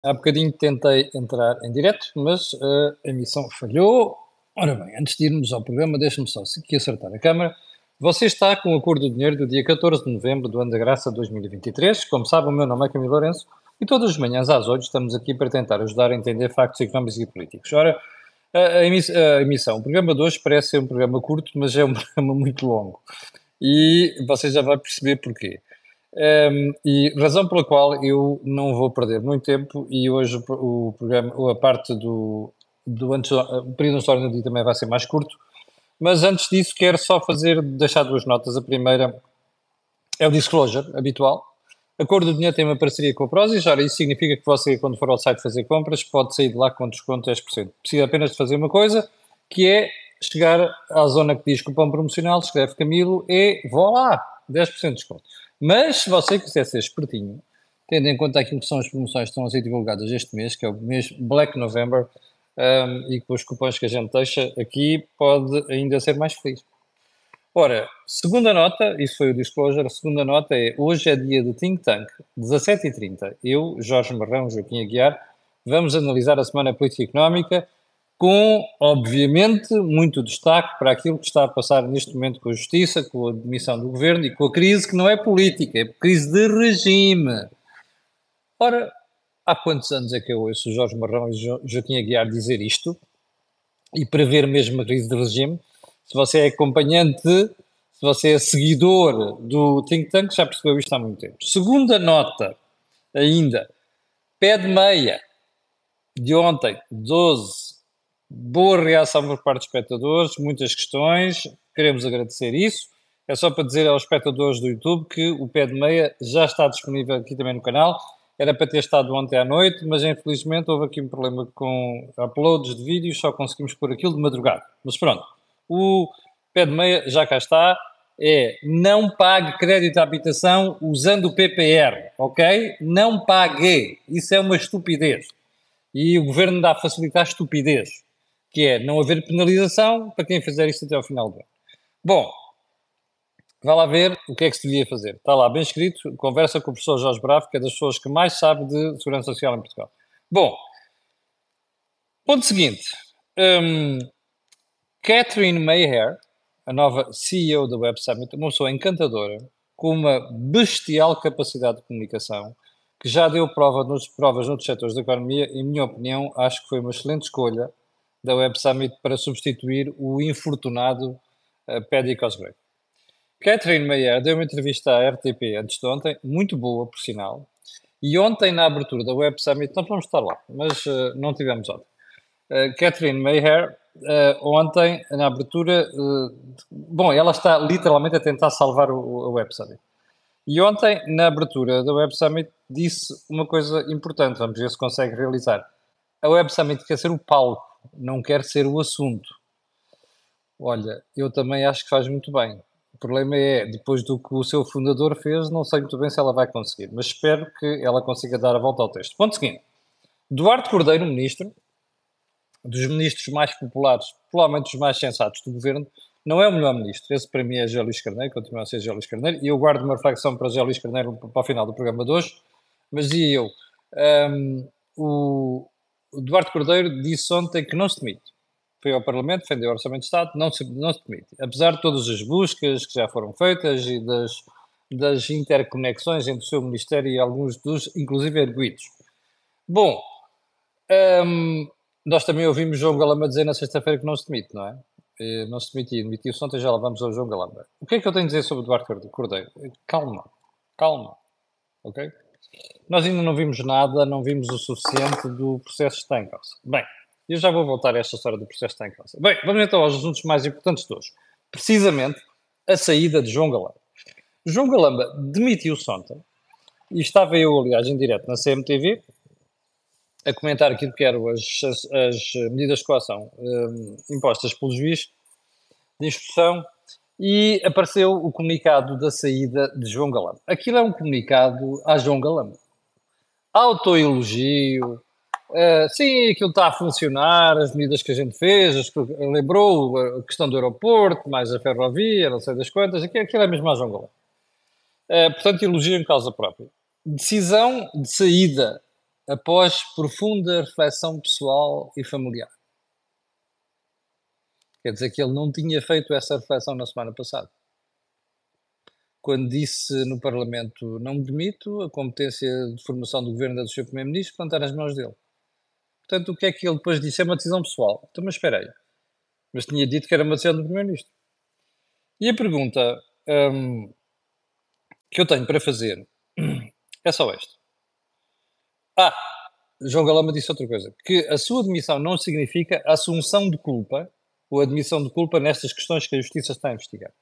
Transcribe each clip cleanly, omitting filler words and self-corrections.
Há bocadinho tentei entrar em direto, mas a emissão falhou. Ora bem, antes de irmos ao programa, deixe-me só aqui acertar a câmara. Você está com o Acordo do Dinheiro do dia 14 de novembro do ano da graça 2023. Como sabe, o meu nome é Camilo Lourenço e todas as manhãs às 8 estamos aqui para tentar ajudar a entender factos económicos e políticos. Ora, a emissão, o programa de hoje parece ser um programa curto, mas é um programa muito longo. E você já vai perceber porquê. E razão pela qual eu não vou perder muito tempo e hoje o programa, ou a parte do antes, o período da história do dia também vai ser mais curto, mas antes disso quero só deixar duas notas. A primeira é o disclosure habitual. A Cor do Dinheiro tem uma parceria com a Prozis. Ora, isso significa que você, quando for ao site fazer compras, pode sair de lá com desconto de 10%. Precisa apenas de fazer uma coisa, que é chegar à zona que diz cupom promocional, escreve Camilo e vá lá, 10% de desconto. Mas se você quiser ser espertinho, tendo em conta aquilo que são as promoções que estão a ser divulgadas este mês, que é o mês Black November, e com os cupons que a gente deixa aqui, pode ainda ser mais feliz. Ora, segunda nota, isso foi o disclosure, a segunda nota é, hoje é dia de Think Tank, 17h30. Eu, Jorge Marrão, Joaquim Aguiar, vamos analisar a semana política e económica com, obviamente, muito destaque para aquilo que está a passar neste momento com a justiça, com a demissão do governo e com a crise que não é política, é crise de regime. Ora, há quantos anos é que eu ouço o Jorge Marrão e Joaquim Aguiar dizer isto e prever mesmo a crise de regime? Se você é acompanhante, se você é seguidor do Think Tank, já percebeu isto há muito tempo. Segunda nota, ainda, pé de meia de ontem, 12. Boa reação por parte dos espectadores, muitas questões, queremos agradecer isso. É só para dizer aos espectadores do YouTube que o pé de meia já está disponível aqui também no canal. Era para ter estado ontem à noite, mas infelizmente houve aqui um problema com uploads de vídeos, só conseguimos pôr aquilo de madrugada. Mas pronto, o pé de meia já cá está. É, não pague crédito à habitação usando o PPR, ok? Não pague. Isso é uma estupidez. E o governo dá a facilitar a estupidez, que é não haver penalização para quem fizer isto até ao final do ano. Bom, vá lá ver o que é que se devia fazer. Está lá bem escrito, conversa com o professor Jorge Bravo, que é das pessoas que mais sabe de segurança social em Portugal. Bom, ponto seguinte. Catherine Mayher, a nova CEO da Web Summit, uma pessoa encantadora, com uma bestial capacidade de comunicação, que já deu provas noutros setores da economia. Em minha opinião, acho que foi uma excelente escolha da Web Summit para substituir o infortunado Paddy Cosgrave. Catherine Mayer deu uma entrevista à RTP antes de ontem, muito boa, por sinal, e ontem, na abertura da Web Summit, nós vamos estar lá, mas não tivemos ontem. Catherine Mayher, ontem, na abertura, bom, ela está literalmente a tentar salvar a Web Summit. E ontem, na abertura da Web Summit, disse uma coisa importante, vamos ver se consegue realizar. A Web Summit quer ser o palco, não quer ser o assunto. Olha, eu também acho que faz muito bem. O problema é, depois do que o seu fundador fez, não sei muito bem se ela vai conseguir, mas espero que ela consiga dar a volta ao texto. Ponto seguinte. Duarte Cordeiro, ministro, dos ministros mais populares, provavelmente os mais sensatos do governo, não é o melhor ministro. Esse para mim é José Luís Carneiro, continua a ser José Luís Carneiro, e eu guardo uma reflexão para José Luís Carneiro para o final do programa de hoje, mas dizia eu, o Duarte Cordeiro disse ontem que não se demite. Foi ao Parlamento, defendeu o Orçamento de Estado, não se demite. Apesar de todas as buscas que já foram feitas e das interconexões entre o seu Ministério e alguns dos, inclusive, erguidos. Bom, nós também ouvimos João Galamba dizer na sexta-feira que não se demite, não é? Não se demitiu, demitiu-se ontem, já lá vamos ao João Galamba. O que é que eu tenho a dizer sobre o Duarte Cordeiro? Calma, calma, ok? Nós ainda não vimos nada, não vimos o suficiente do processo que está em causa. Bem, eu já vou voltar a esta história do processo que está em causa. Bem, vamos então aos assuntos mais importantes de hoje. Precisamente, a saída de João Galamba. João Galamba demitiu-se ontem, e estava eu, aliás, em direto na CMTV, a comentar aquilo que eram as medidas de coação impostas pelo juiz de instrução, e apareceu o comunicado da saída de João Galamba. Aquilo é um comunicado a João Galamba. Autoelogio, sim, aquilo está a funcionar, as medidas que a gente fez, lembrou a questão do aeroporto, mais a ferrovia, não sei das quantas, aquilo é mesmo a João Galamba. Portanto, elogio em causa própria. Decisão de saída após profunda reflexão pessoal e familiar. Quer dizer que ele não tinha feito essa reflexão na semana passada. Quando disse no Parlamento, não me demito, a competência de formação do governo é do Sr. Primeiro-Ministro, portanto, está nas mãos dele. Portanto, o que é que ele depois disse? É uma decisão pessoal. Então, mas espera aí. Mas tinha dito que era uma decisão do Primeiro-Ministro. E a pergunta que eu tenho para fazer é só esta. João Galamba disse outra coisa, que a sua demissão não significa assunção de culpa ou admissão de culpa nestas questões que a Justiça está a investigar.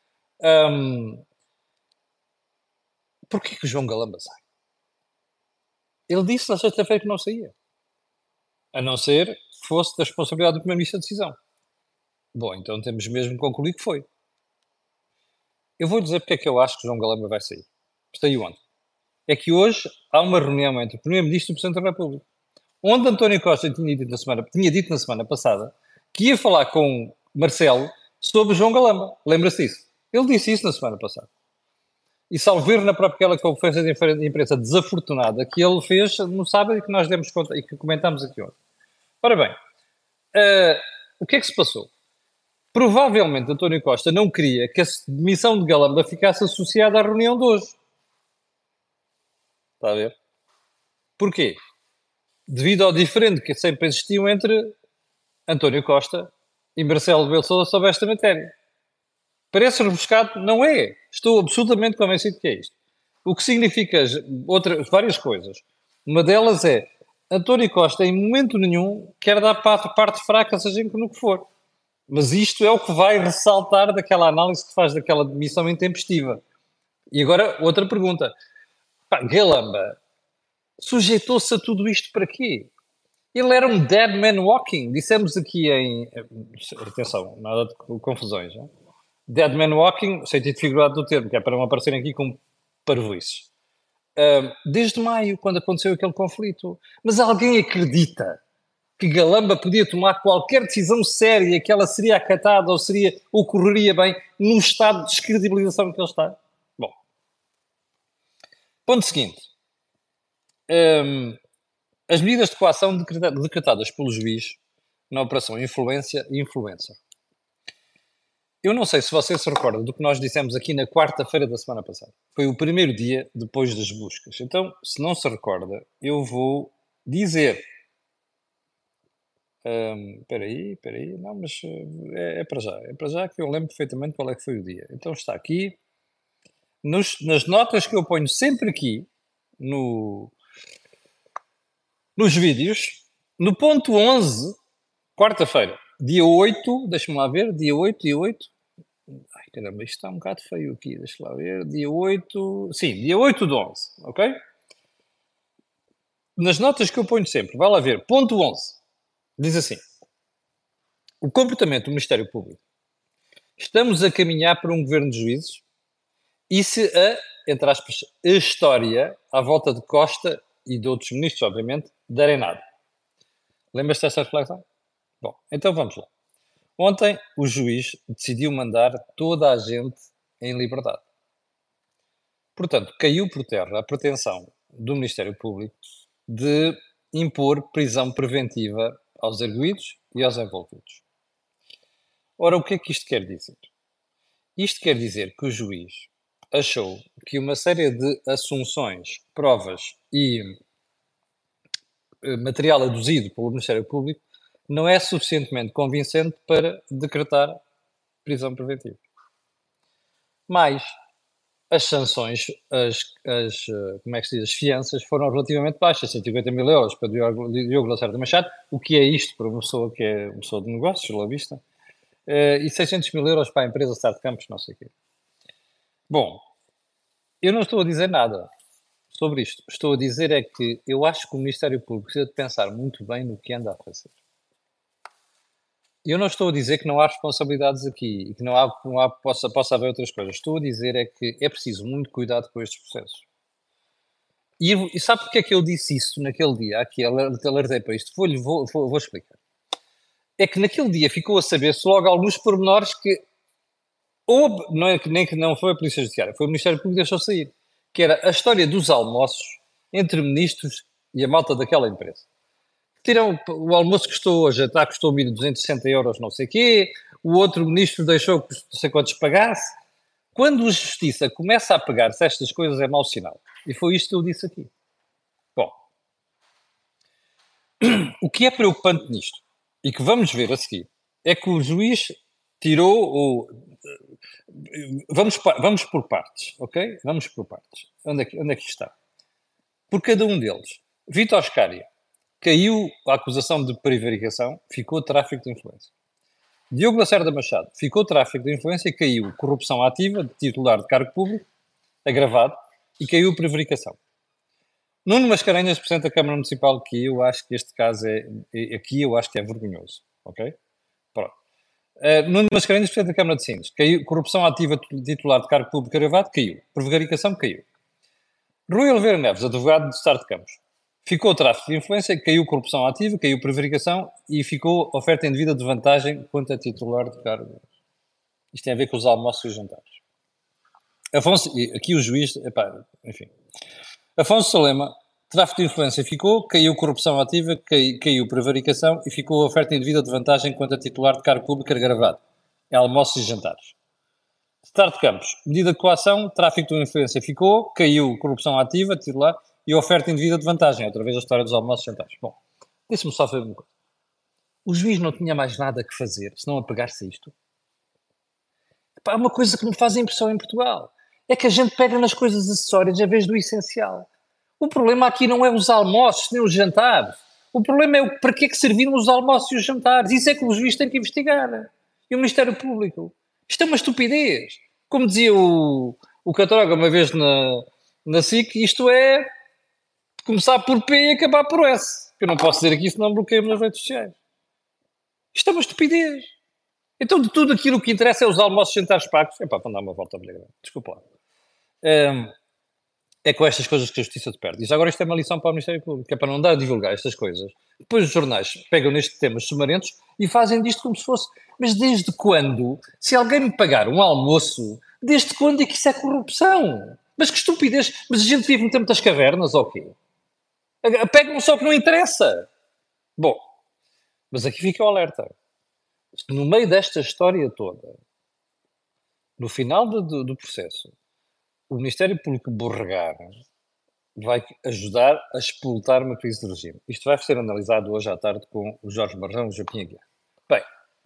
Porquê que o João Galamba sai? Ele disse na sexta-feira que não saía. A não ser que fosse da responsabilidade do Primeiro-Ministro a decisão. Bom, então temos mesmo que concluir que foi. Eu vou dizer porque é que eu acho que o João Galamba vai sair. Saiu ontem. É que hoje há uma reunião entre o Primeiro-Ministro e o Presidente da República, onde António Costa tinha dito na semana passada que ia falar com Marcelo sobre João Galamba. Lembra-se disso? Ele disse isso na semana passada. E salvo ver na própria aquela conferência de imprensa desafortunada que ele fez no sábado e que nós demos conta e que comentámos aqui ontem. Ora bem, o que é que se passou? Provavelmente António Costa não queria que a demissão de Galamba ficasse associada à reunião de hoje. Está a ver? Porquê? Devido ao diferente que sempre existiu entre António Costa e Marcelo Rebelo de Sousa sobre esta matéria. Parece rebuscado? Não é. Estou absolutamente convencido que é isto. O que significa várias coisas. Uma delas é António Costa, em momento nenhum, quer dar parte fraca, seja no que for. Mas isto é o que vai ressaltar daquela análise que faz daquela demissão intempestiva. E agora, outra pergunta. Galamba sujeitou-se a tudo isto para quê? Ele era um dead man walking. Dissemos aqui em... Atenção, nada de confusões. Não? Dead man walking, sentido figurado do termo, que é para não aparecerem aqui com parvoices. Desde maio, quando aconteceu aquele conflito. Mas alguém acredita que Galamba podia tomar qualquer decisão séria, que ela seria acatada ou correria bem no estado de descredibilização que ele está? Bom. Ponto seguinte. As medidas de coação decretadas pelo juiz na Operação Influência e Influencer. Eu não sei se você se recorda do que nós dissemos aqui na quarta-feira da semana passada. Foi o primeiro dia depois das buscas. Então, se não se recorda, eu vou dizer. Espera aí. Não, mas é para já. É para já que eu lembro perfeitamente qual é que foi o dia. Então está aqui. Nas notas que eu ponho sempre aqui, nos vídeos, no ponto 11, quarta-feira, dia 8, deixa-me lá ver, dia 8. Ai, caramba, isto está um bocado feio aqui, deixa lá ver, dia 8, sim, dia 8 de 11, ok? Nas notas que eu ponho sempre, vai lá ver, ponto 11, diz assim, o comportamento do Ministério Público. Estamos a caminhar para um governo de juízes e se entre aspas, a história à volta de Costa e de outros ministros, obviamente, derem nada. Lembras-te desta reflexão? Bom, então vamos lá. Ontem o juiz decidiu mandar toda a gente em liberdade. Portanto, caiu por terra a pretensão do Ministério Público de impor prisão preventiva aos arguidos e aos envolvidos. Ora, o que é que isto quer dizer? Isto quer dizer que o juiz achou que uma série de assunções, provas e material aduzido pelo Ministério Público não é suficientemente convincente para decretar prisão preventiva. Mas as sanções, como é que se diz, as fianças foram relativamente baixas, 150 mil euros para Diogo Lacerda Machado, o que é isto para uma pessoa que é uma pessoa de negócios, pela vista, e 600 mil euros para a empresa Start Campos, não sei o quê. Bom, eu não estou a dizer nada sobre isto. Estou a dizer é que eu acho que o Ministério Público precisa de pensar muito bem no que anda a fazer. Eu não estou a dizer que não há responsabilidades aqui e que possa haver outras coisas. Estou a dizer é que é preciso muito cuidado com estes processos. E sabe porque é que eu disse isso naquele dia? Aqui, alertei para isto. Vou explicar. É que naquele dia ficou a saber-se logo alguns pormenores que não é que nem que não foi a Polícia Judiciária, foi o Ministério Público que deixou sair. Que era a história dos almoços entre ministros e a malta daquela empresa. Tiram, o almoço custou, a jantar custou 1.260 euros, não sei o quê, o outro ministro deixou que não sei quantos pagasse. Quando a justiça começa a pegar-se estas coisas é mau sinal. E foi isto que eu disse aqui. Bom, o que é preocupante nisto, e que vamos ver a seguir, é que o juiz tirou o... Vamos por partes, ok? Vamos por partes. Onde é que está? Por cada um deles. Vítor Scária caiu a acusação de prevaricação, ficou tráfico de influência. Diogo Lacerda Machado ficou tráfico de influência e caiu corrupção ativa de titular de cargo público, agravado, e caiu prevaricação. Nuno Mascarenhas, Presidente da Câmara Municipal, que eu acho que este caso aqui eu acho que é vergonhoso, ok? Pronto. Nuno Mascarenhas, Presidente da Câmara de Sines, caiu, corrupção ativa de titular de cargo público agravado, caiu. Prevaricação, caiu. Rui Oliveira Neves, advogado de Estado de Campos, ficou tráfico de influência, caiu corrupção ativa, caiu prevaricação e ficou oferta indevida de vantagem quanto a titular de cargo. Isto tem a ver com os almoços e os jantares. Afonso, aqui o juiz, enfim. Afonso Salema, tráfico de influência ficou, caiu corrupção ativa, caiu prevaricação e ficou oferta indevida de vantagem quanto a titular de cargo público agravado. É almoços e jantares. Estado de Campos, medida de coação, tráfico de influência ficou, caiu corrupção ativa, titular, e oferta indevida de vantagem. Outra vez a história dos almoços e jantares. Bom, deixe-me só fazer uma coisa. O juiz não tinha mais nada que fazer, senão apegar-se a isto. Há uma coisa que me faz impressão em Portugal. É que a gente pega nas coisas acessórias em vez do essencial. O problema aqui não é os almoços nem os jantares. O problema é para que é que serviram os almoços e os jantares. Isso é que o juiz tem que investigar. E o Ministério Público. Isto é uma estupidez. Como dizia o Catroga uma vez na SIC, isto é começar por P e acabar por S. Que eu não posso dizer aqui, senão bloqueio-me nas redes sociais. Isto é uma estupidez. Então, de tudo aquilo que interessa é os almoços e jantares pagos. Epá, vão dar uma volta a grande. Desculpa lá. É com estas coisas que a justiça te perde. E já agora isto é uma lição para o Ministério Público, é para não dar a divulgar estas coisas. Depois os jornais pegam nestes temas sumarentos e fazem disto como se fosse... Mas desde quando? Se alguém me pagar um almoço, desde quando é que isso é corrupção? Mas que estupidez! Mas a gente vive no tempo das cavernas ou quê? Pegam só o que não interessa. Bom, mas aqui fica o alerta. No meio desta história toda, no final do processo, o Ministério Público borregar vai ajudar a explotar uma crise de regime. Isto vai ser analisado hoje à tarde com o Jorge Marrão e o Joaquim Aguiar. Bem,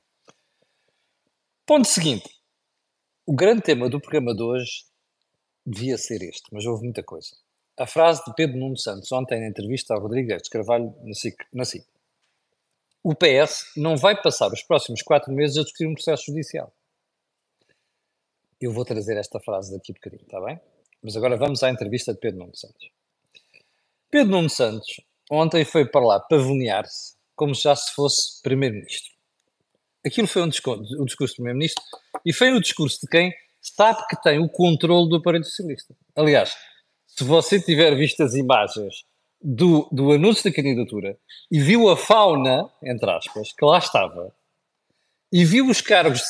ponto seguinte. O grande tema do programa de hoje devia ser este, mas houve muita coisa. A frase de Pedro Nuno Santos ontem na entrevista ao Rodrigo de Carvalho na SIC. O PS não vai passar os próximos 4 meses a discutir um processo judicial. Eu vou trazer esta frase daqui a bocadinho, está bem? Mas agora vamos à entrevista de Pedro Nuno Santos. Pedro Nuno Santos ontem foi para lá pavonear-se como se já se fosse Primeiro-Ministro. Aquilo foi o discurso do Primeiro-Ministro e foi o discurso de quem sabe que tem o controle do aparelho socialista. Aliás, se você tiver visto as imagens do anúncio da candidatura e viu a fauna, entre aspas, que lá estava, e viu os cargos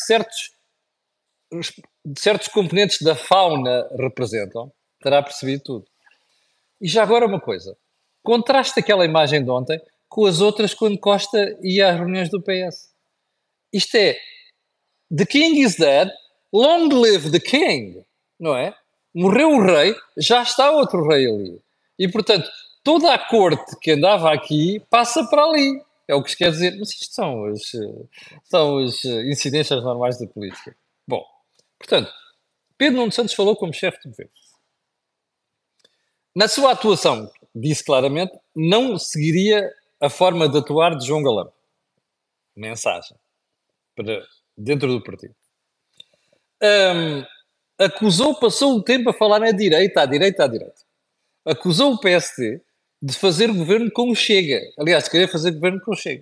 de certos componentes da fauna representam, terá percebido tudo. E já agora uma coisa, contraste aquela imagem de ontem com as outras quando Costa ia às reuniões do PS. Isto é, the king is dead, long live the king, não é? Morreu o rei, já está outro rei ali. E, portanto, toda a corte que andava aqui passa para ali. É o que se quer dizer. Mas isto são as incidências normais da política. Bom, portanto, Pedro Nuno Santos falou como chefe de governo. Na sua atuação, disse claramente, não seguiria a forma de atuar de João Galamba. Mensagem. Para dentro do partido. Passou o tempo a falar à direita. Acusou o PSD de fazer governo com o Chega. Aliás, de querer fazer governo com o Chega.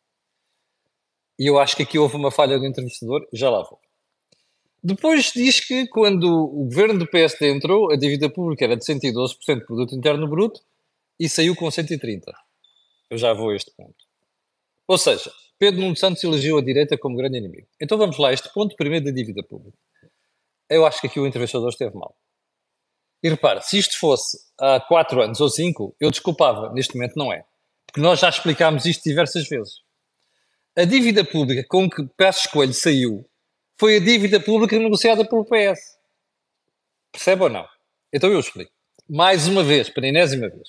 E eu acho que aqui houve uma falha do entrevistador, já lá vou. Depois diz que quando o governo do PSD entrou, a dívida pública era de 112% do produto interno bruto e saiu com 130%. Eu já vou a este ponto. Ou seja, Pedro Nuno Santos elegeu a direita como grande inimigo. Então vamos lá a este ponto primeiro da dívida pública. Eu acho que aqui o entrevistador esteve mal. E repare, se isto fosse há 4 anos ou 5, eu desculpava. Neste momento não é. Porque nós já explicámos isto diversas vezes. A dívida pública com que Passos Coelho saiu foi a dívida pública negociada pelo PS. Percebe ou não? Então eu explico. Mais uma vez, para a enésima vez.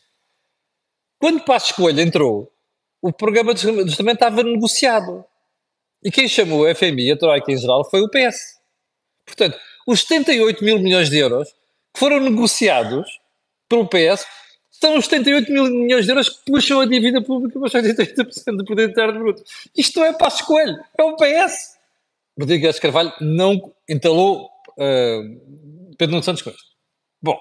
Quando Passos Coelho entrou, o programa de ajustamento estava negociado. E quem chamou a FMI e a Troika em geral foi o PS. Portanto, os 78 mil milhões de euros que foram negociados pelo PS são os 78 mil milhões de euros que puxam a dívida pública para os 80% do produto interno bruto. Isto não é Passos Coelho, é o PS. Rodrigues Carvalho não entalou Pedro Nuno Santos com isto. Bom,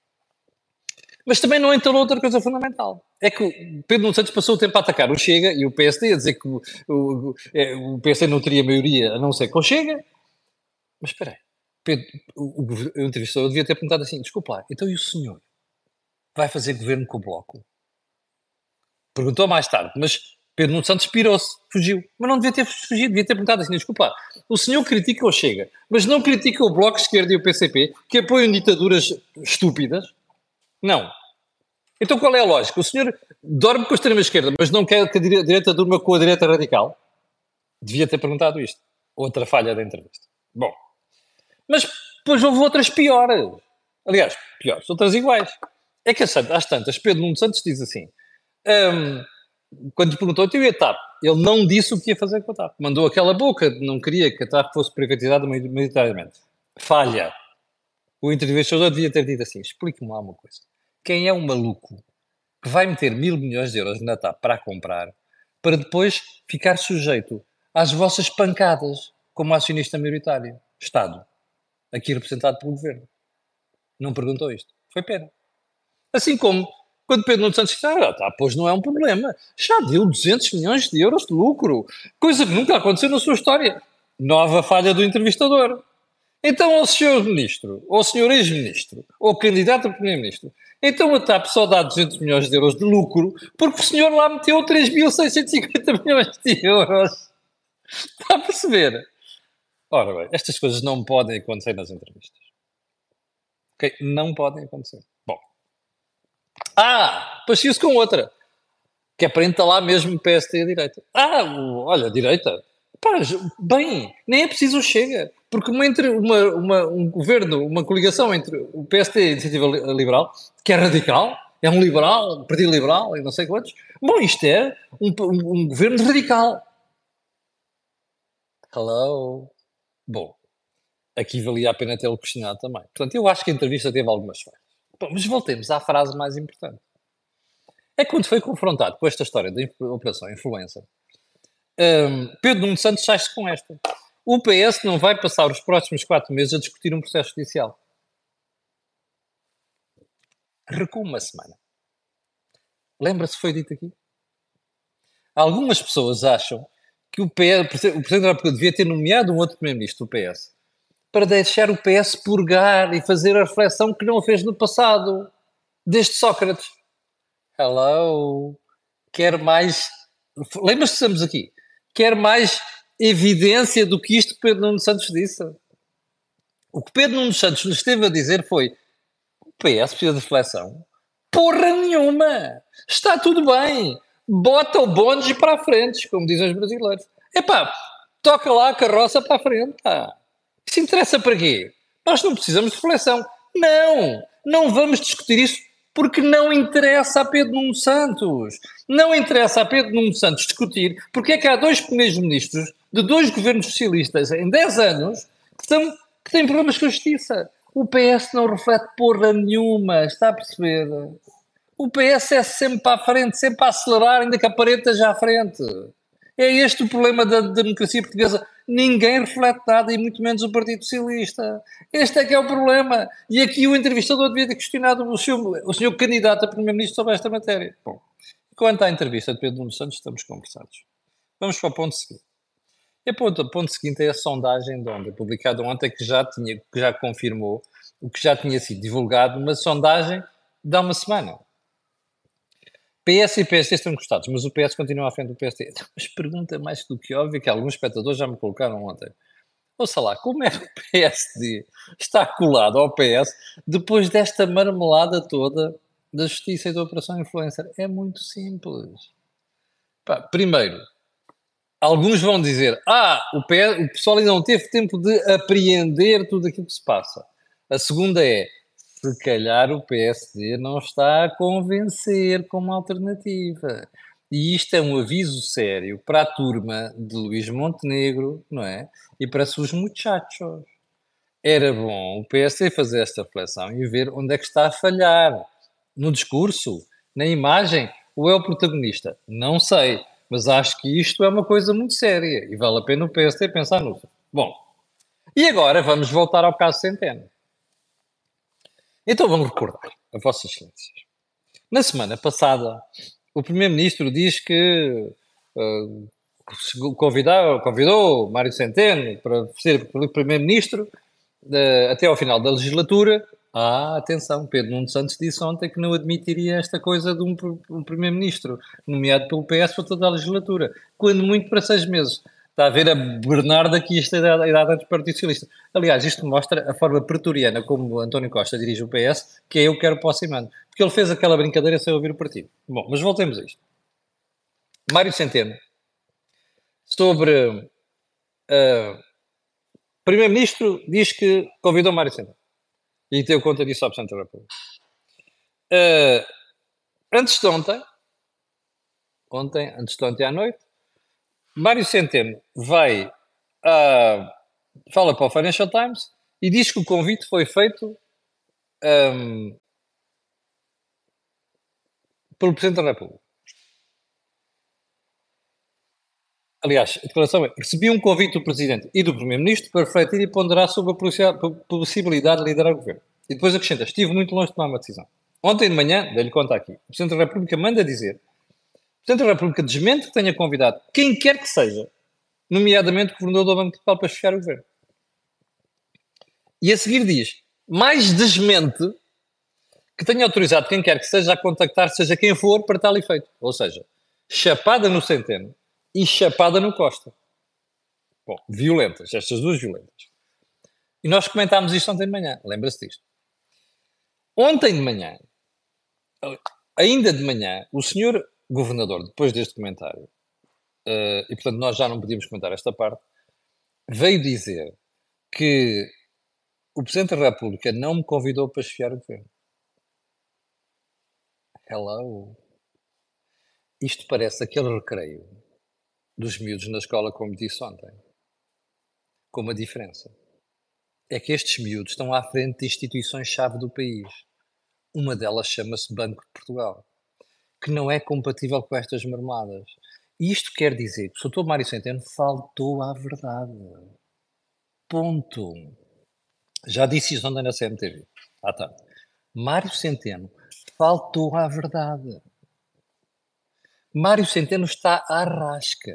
mas também não entalou outra coisa fundamental. É que o Pedro Nuno Santos passou o tempo a atacar o Chega e o PSD, a dizer que o PSD não teria maioria a não ser com o Chega. Mas espera aí, Pedro, o entrevistador devia ter perguntado assim, desculpa lá, então e o senhor vai fazer governo com o Bloco? Perguntou mais tarde, mas Pedro Nuno Santos pirou-se, fugiu. Mas não devia ter fugido, devia ter perguntado assim, desculpa lá, o senhor critica o Chega, mas não critica o Bloco Esquerdo e o PCP, que apoiam ditaduras estúpidas? Não. Então qual é a lógica? O senhor dorme com a extrema-esquerda, mas não quer que a direita durma com a direita radical? Devia ter perguntado isto. Outra falha da entrevista. Bom, mas depois houve outras piores. Aliás, piores, outras iguais. É que às tantas, Pedro Nuno Santos diz assim, quando lhe perguntou, eu ia a TAP, ele não disse o que ia fazer com a TAP. Mandou aquela boca, não queria que a TAP fosse privatizada militarmente. Falha. O entrevistador devia ter dito assim, explique-me lá uma coisa. Quem é um maluco que vai meter 1.000 milhões de euros na TAP para a comprar, para depois ficar sujeito às vossas pancadas como acionista maioritário? Estado. Aqui representado pelo governo. Não perguntou isto. Foi pena. Assim como quando Pedro Nuno Santos disse, pois não é um problema. Já deu 200 milhões de euros de lucro. Coisa que nunca aconteceu na sua história. Nova falha do entrevistador. Então, ao senhor ministro, ou ao senhor ex-ministro, ou candidato a primeiro-ministro, então a TAP só dá 200 milhões de euros de lucro porque o senhor lá meteu 3.650 milhões de euros. Está a perceber? Ora bem, estas coisas não podem acontecer nas entrevistas. Ok? Não podem acontecer. Bom. Depois se com outra. Que é para entalar mesmo o PSD e a direita. Olha, a direita. Pá, bem, nem é preciso o Chega. Porque um governo, uma coligação entre o PSD e a Iniciativa Liberal, que é radical, é um liberal, um partido liberal e não sei quantos. Bom, isto é um governo radical. Hello. Bom, aqui valia a pena tê-lo questionado também. Portanto, eu acho que a entrevista teve algumas falhas. Bom, mas voltemos à frase mais importante. É que quando foi confrontado com esta história da Operação Influencer, Pedro Nuno Santos sai-se com esta. O PS não vai passar os próximos 4 meses a discutir um processo judicial. Recua uma semana. Lembra-se que foi dito aqui? Algumas pessoas acham que o Presidente da República devia ter nomeado um outro Primeiro-Ministro do PS para deixar o PS purgar e fazer a reflexão que não fez no passado, desde Sócrates. Hello. Quer mais... Lembra-se que estamos aqui? Quer mais evidência do que isto que Pedro Nuno Santos disse? O que Pedro Nuno Santos nos esteve a dizer foi: o PS precisa de reflexão? Porra nenhuma! Está tudo bem! Bota o bonde para a frente, como dizem os brasileiros. Epá, toca lá a carroça para a frente, pá. Isso interessa para quê? Nós não precisamos de reflexão. Não! Não vamos discutir isso porque não interessa a Pedro Nuno Santos. Não interessa a Pedro Nuno Santos discutir porque é que há 2 primeiros-ministros de 2 governos socialistas em 10 anos que têm problemas com a justiça. O PS não reflete porra nenhuma, está a perceber? O PS é sempre para a frente, sempre a acelerar, ainda que a parede esteja à frente. É este o problema da democracia portuguesa. Ninguém reflete nada, e muito menos o Partido Socialista. Este é que é o problema. E aqui o entrevistador devia ter questionado o senhor candidato a primeiro-ministro sobre esta matéria. Bom, quanto à entrevista de Pedro Nuno Santos, estamos conversados. Vamos para o ponto seguinte. E o ponto seguinte é a sondagem de ontem, publicada ontem, que já confirmou o que já tinha sido divulgado, uma sondagem de há uma semana. PS e PSD estão encostados, mas o PS continua à frente do PSD. Mas pergunta mais do que óbvia, que alguns espectadores já me colocaram ontem. ouça lá, como é que o PSD está colado ao PS depois desta marmelada toda da justiça e da Operação Influencer? É muito simples. Pá, primeiro, alguns vão dizer: o PS, o pessoal ainda não teve tempo de apreender tudo aquilo que se passa. A segunda é: se calhar o PSD não está a convencer como alternativa. E isto é um aviso sério para a turma de Luís Montenegro, não é? E para seus muchachos. Era bom o PSD fazer esta reflexão e ver onde é que está a falhar. No discurso? Na imagem? Ou é o protagonista? Não sei, mas acho que isto é uma coisa muito séria e vale a pena o PSD pensar nisso. Bom, e agora vamos voltar ao caso Centeno. Então vamos recordar, a Vossas Excelências. Na semana passada, o Primeiro-Ministro diz que convidou Mário Centeno para ser Primeiro-Ministro até ao final da legislatura. Atenção, Pedro Nuno Santos disse ontem que não admitiria esta coisa de um Primeiro-Ministro nomeado pelo PS para toda a legislatura, quando muito para 6 meses. Está a ver a Bernarda aqui esta idade do Partido Socialista. Aliás, isto mostra a forma pretoriana como António Costa dirige o PS, que é eu quero para o Cimano. Porque ele fez aquela brincadeira sem ouvir o partido. Bom, mas voltemos a isto. Mário Centeno, sobre... Primeiro-Ministro diz que convidou Mário Centeno. E deu conta disso ao Presidente da República. Antes de ontem à noite, Mário Centeno fala para o Financial Times e diz que o convite foi feito pelo Presidente da República. Aliás, a declaração é: recebi um convite do Presidente e do Primeiro-Ministro para refletir e ponderar sobre a possibilidade de liderar o Governo. E depois acrescenta: estive muito longe de tomar uma decisão. Ontem de manhã, dei-lhe conta aqui, o Presidente da República manda dizer: o Presidente da República desmente que tenha convidado quem quer que seja, nomeadamente o Governador do Banco de Portugal, para chefiar o Governo. E a seguir diz: mais desmente que tenha autorizado quem quer que seja a contactar seja quem for para tal efeito. Ou seja, chapada no Centeno e chapada no Costa. Bom, violentas, estas duas violentas. E nós comentámos isto ontem de manhã, lembra-se disto. Ontem de manhã, ainda de manhã, o senhor governador, depois deste comentário, e portanto nós já não podíamos comentar esta parte, veio dizer que o Presidente da República não me convidou para chefiar o governo. Hello. Isto parece aquele recreio dos miúdos na escola, como disse ontem. Com uma diferença. É que estes miúdos estão à frente de instituições-chave do país. Uma delas chama-se Banco de Portugal, que não é compatível com estas marmeladas. E isto quer dizer que o Sr. Mário Centeno faltou à verdade. Ponto. Já disse isso ontem na CMTV. Tá. Mário Centeno faltou à verdade. Mário Centeno está à rasca.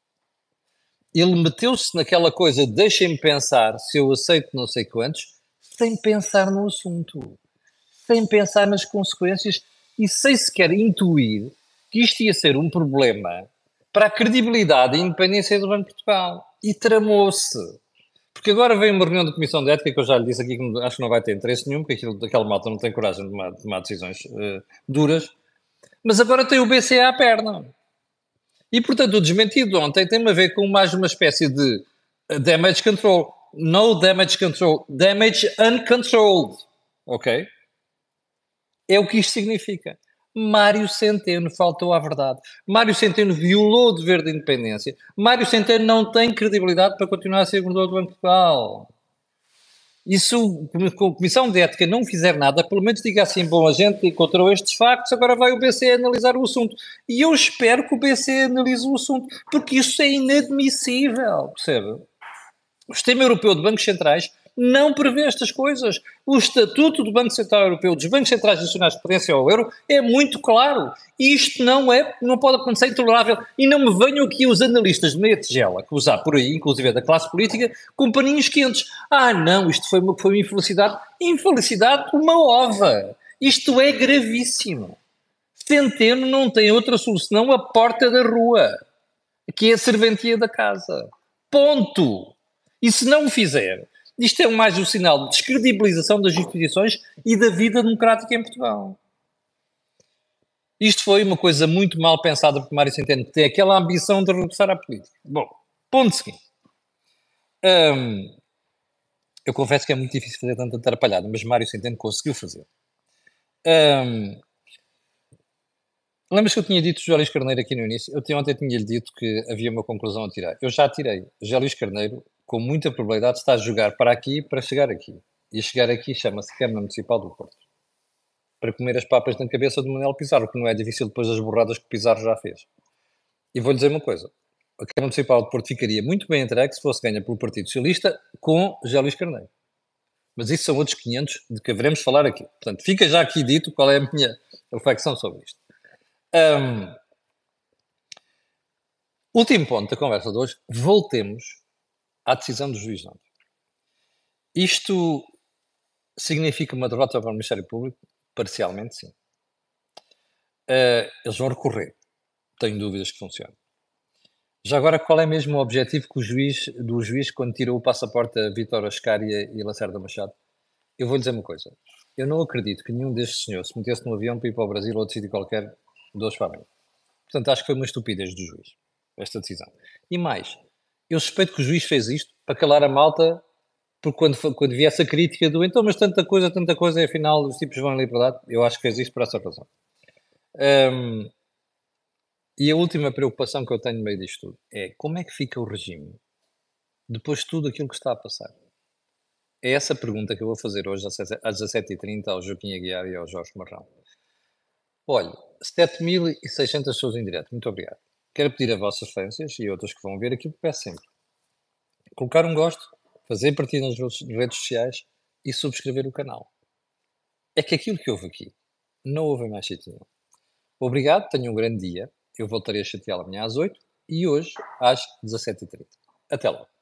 Ele meteu-se naquela coisa, deixem-me pensar se eu aceito não sei quantos, sem pensar no assunto, sem pensar nas consequências e sem sequer intuir que isto ia ser um problema para a credibilidade e independência do Banco de Portugal. E tramou-se. Porque agora vem uma reunião da Comissão de Ética, que eu já lhe disse aqui que acho que não vai ter interesse nenhum, porque aquela malta não tem coragem de tomar decisões duras. Mas agora tem o BCE à perna. E, portanto, o desmentido de ontem tem a ver com mais uma espécie de damage control. No damage control. Damage uncontrolled. Ok? É o que isto significa. Mário Centeno faltou à verdade. Mário Centeno violou o dever de independência. Mário Centeno não tem credibilidade para continuar a ser governador do Banco de Portugal. E se a Comissão de Ética não fizer nada, pelo menos diga assim: bom, a gente encontrou estes factos, agora vai o BCE analisar o assunto. E eu espero que o BCE analise o assunto, porque isso é inadmissível, percebe? O Sistema Europeu de Bancos Centrais não prevê estas coisas. O Estatuto do Banco Central Europeu, dos Bancos Centrais Nacionais de Referência ao Euro, é muito claro. Isto não pode acontecer, intolerável. E não me venham aqui os analistas de meia tigela, que usar por aí, inclusive da classe política, com paninhos quentes. Não, isto foi uma infelicidade. Infelicidade, uma ova. Isto é gravíssimo. Centeno não tem outra solução senão a porta da rua, que é a serventia da casa. Ponto. E se não o fizer, isto é mais um sinal de descredibilização das instituições e da vida democrática em Portugal. Isto foi uma coisa muito mal pensada por Mário Centeno, que tem aquela ambição de regressar à política. Bom, ponto seguinte. Eu confesso que é muito difícil fazer tanta atrapalhada, mas Mário Centeno conseguiu fazer. Lembras que eu tinha dito José Luís Carneiro aqui no início? Ontem tinha-lhe dito que havia uma conclusão a tirar. Eu já tirei. José Luís Carneiro, com muita probabilidade, está a jogar para aqui para chegar aqui. E chegar aqui chama-se Câmara Municipal do Porto. Para comer as papas na cabeça do Manuel Pizarro, que não é difícil depois das borradas que Pizarro já fez. E vou-lhe dizer uma coisa. A Câmara Municipal do Porto ficaria muito bem entregue se fosse ganha pelo Partido Socialista com José Luís Carneiro. Mas isso são outros 500 de que haveremos falar aqui. Portanto, fica já aqui dito qual é a minha reflexão sobre isto. Último ponto da conversa de hoje. Voltemos à decisão do juiz de ontem. Isto significa uma derrota para o Ministério Público? Parcialmente, sim. Eles vão recorrer. Tenho dúvidas que funcione. Já agora, qual é mesmo o objetivo que do juiz quando tirou o passaporte a Vítor Ascária e Lacerda Machado? Eu vou-lhe dizer uma coisa. Eu não acredito que nenhum destes senhores se metesse num avião para ir para o Brasil ou outro sítio qualquer de hoje para amanhã. Portanto, acho que foi uma estupidez do juiz, esta decisão. E mais, eu suspeito que o juiz fez isto para calar a malta, porque quando viesse a crítica do então, mas tanta coisa, e afinal os tipos vão em liberdade, eu acho que fez isto por essa razão. E a última preocupação que eu tenho no meio disto tudo é como é que fica o regime depois de tudo aquilo que está a passar? É essa pergunta que eu vou fazer hoje às 17h30 ao Joaquim Aguiar e ao Jorge Marrão. Olha, 7.600 pessoas em direto, muito obrigado. Quero pedir a vossas referências e outras que vão ver aquilo que peço sempre. Colocar um gosto, fazer partida nas redes sociais e subscrever o canal. É que aquilo que houve aqui não houve em mais sítio nenhum. Obrigado, tenham um grande dia. Eu voltarei a chateá-lo amanhã às 8 e hoje às 17h30. Até lá.